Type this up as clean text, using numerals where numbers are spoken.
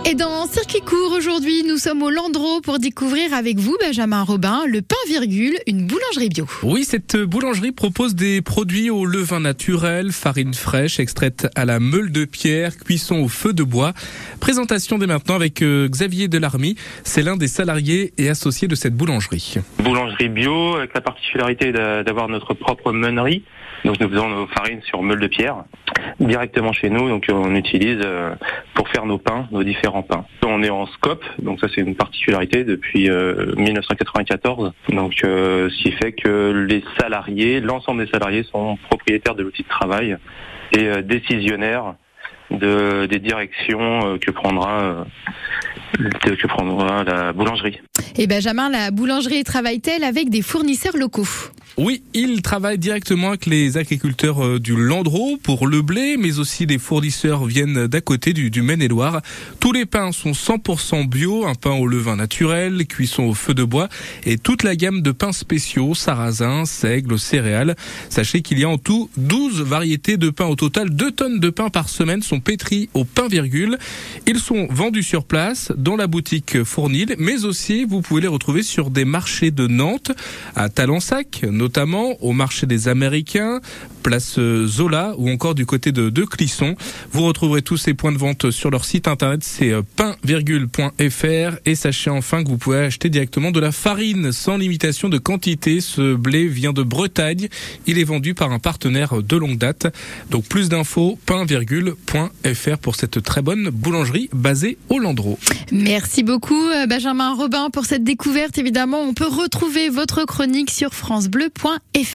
Et dans Circuit court aujourd'hui, nous sommes au Landreau pour découvrir avec vous, Benjamin Robin, le pain virgule, une boulangerie bio. Oui, cette boulangerie propose des produits au levain naturel, farine fraîche, extraite à la meule de pierre, cuisson au feu de bois. Présentation dès maintenant avec Xavier Delarmy. C'est l'un des salariés et associés de cette boulangerie. Boulangerie bio, avec la particularité d'avoir notre propre meunerie. Donc nous faisons nos farines sur meule de pierre directement chez nous. Donc on utilise pour faire nos pains, nos différents pains. On est en scope, donc ça c'est une particularité depuis 1994. Donc ce qui fait que les salariés, l'ensemble des salariés sont propriétaires de l'outil de travail et décisionnaires des directions que prendra la boulangerie. Et Benjamin, la boulangerie travaille-t-elle avec des fournisseurs locaux ? Oui, il travaille directement avec les agriculteurs du Landreau pour le blé, mais aussi les fournisseurs viennent d'à côté du Maine-et-Loire. Tous les pains sont 100% bio, un pain au levain naturel, cuisson au feu de bois et toute la gamme de pains spéciaux, sarrasin, seigle, céréales. Sachez qu'il y a en tout 12 variétés de pain. Au total, 2 tonnes de pain par semaine sont pétris au pain virgule. Ils sont vendus sur place dans la boutique Fournil, mais aussi vous pouvez les retrouver sur des marchés de Nantes, à Talensac, notamment au marché des Américains, place Zola ou encore du côté de Clisson. Vous retrouverez tous ces points de vente sur leur site internet, c'est pain-virgule.fr. Et sachez enfin que vous pouvez acheter directement de la farine sans limitation de quantité. Ce blé vient de Bretagne. Il est vendu par un partenaire de longue date. Donc plus d'infos, pain-virgule.fr pour cette très bonne boulangerie basée au Landreau. Merci beaucoup Benjamin Robin pour cette découverte. Évidemment, on peut retrouver votre chronique sur francebleu.fr.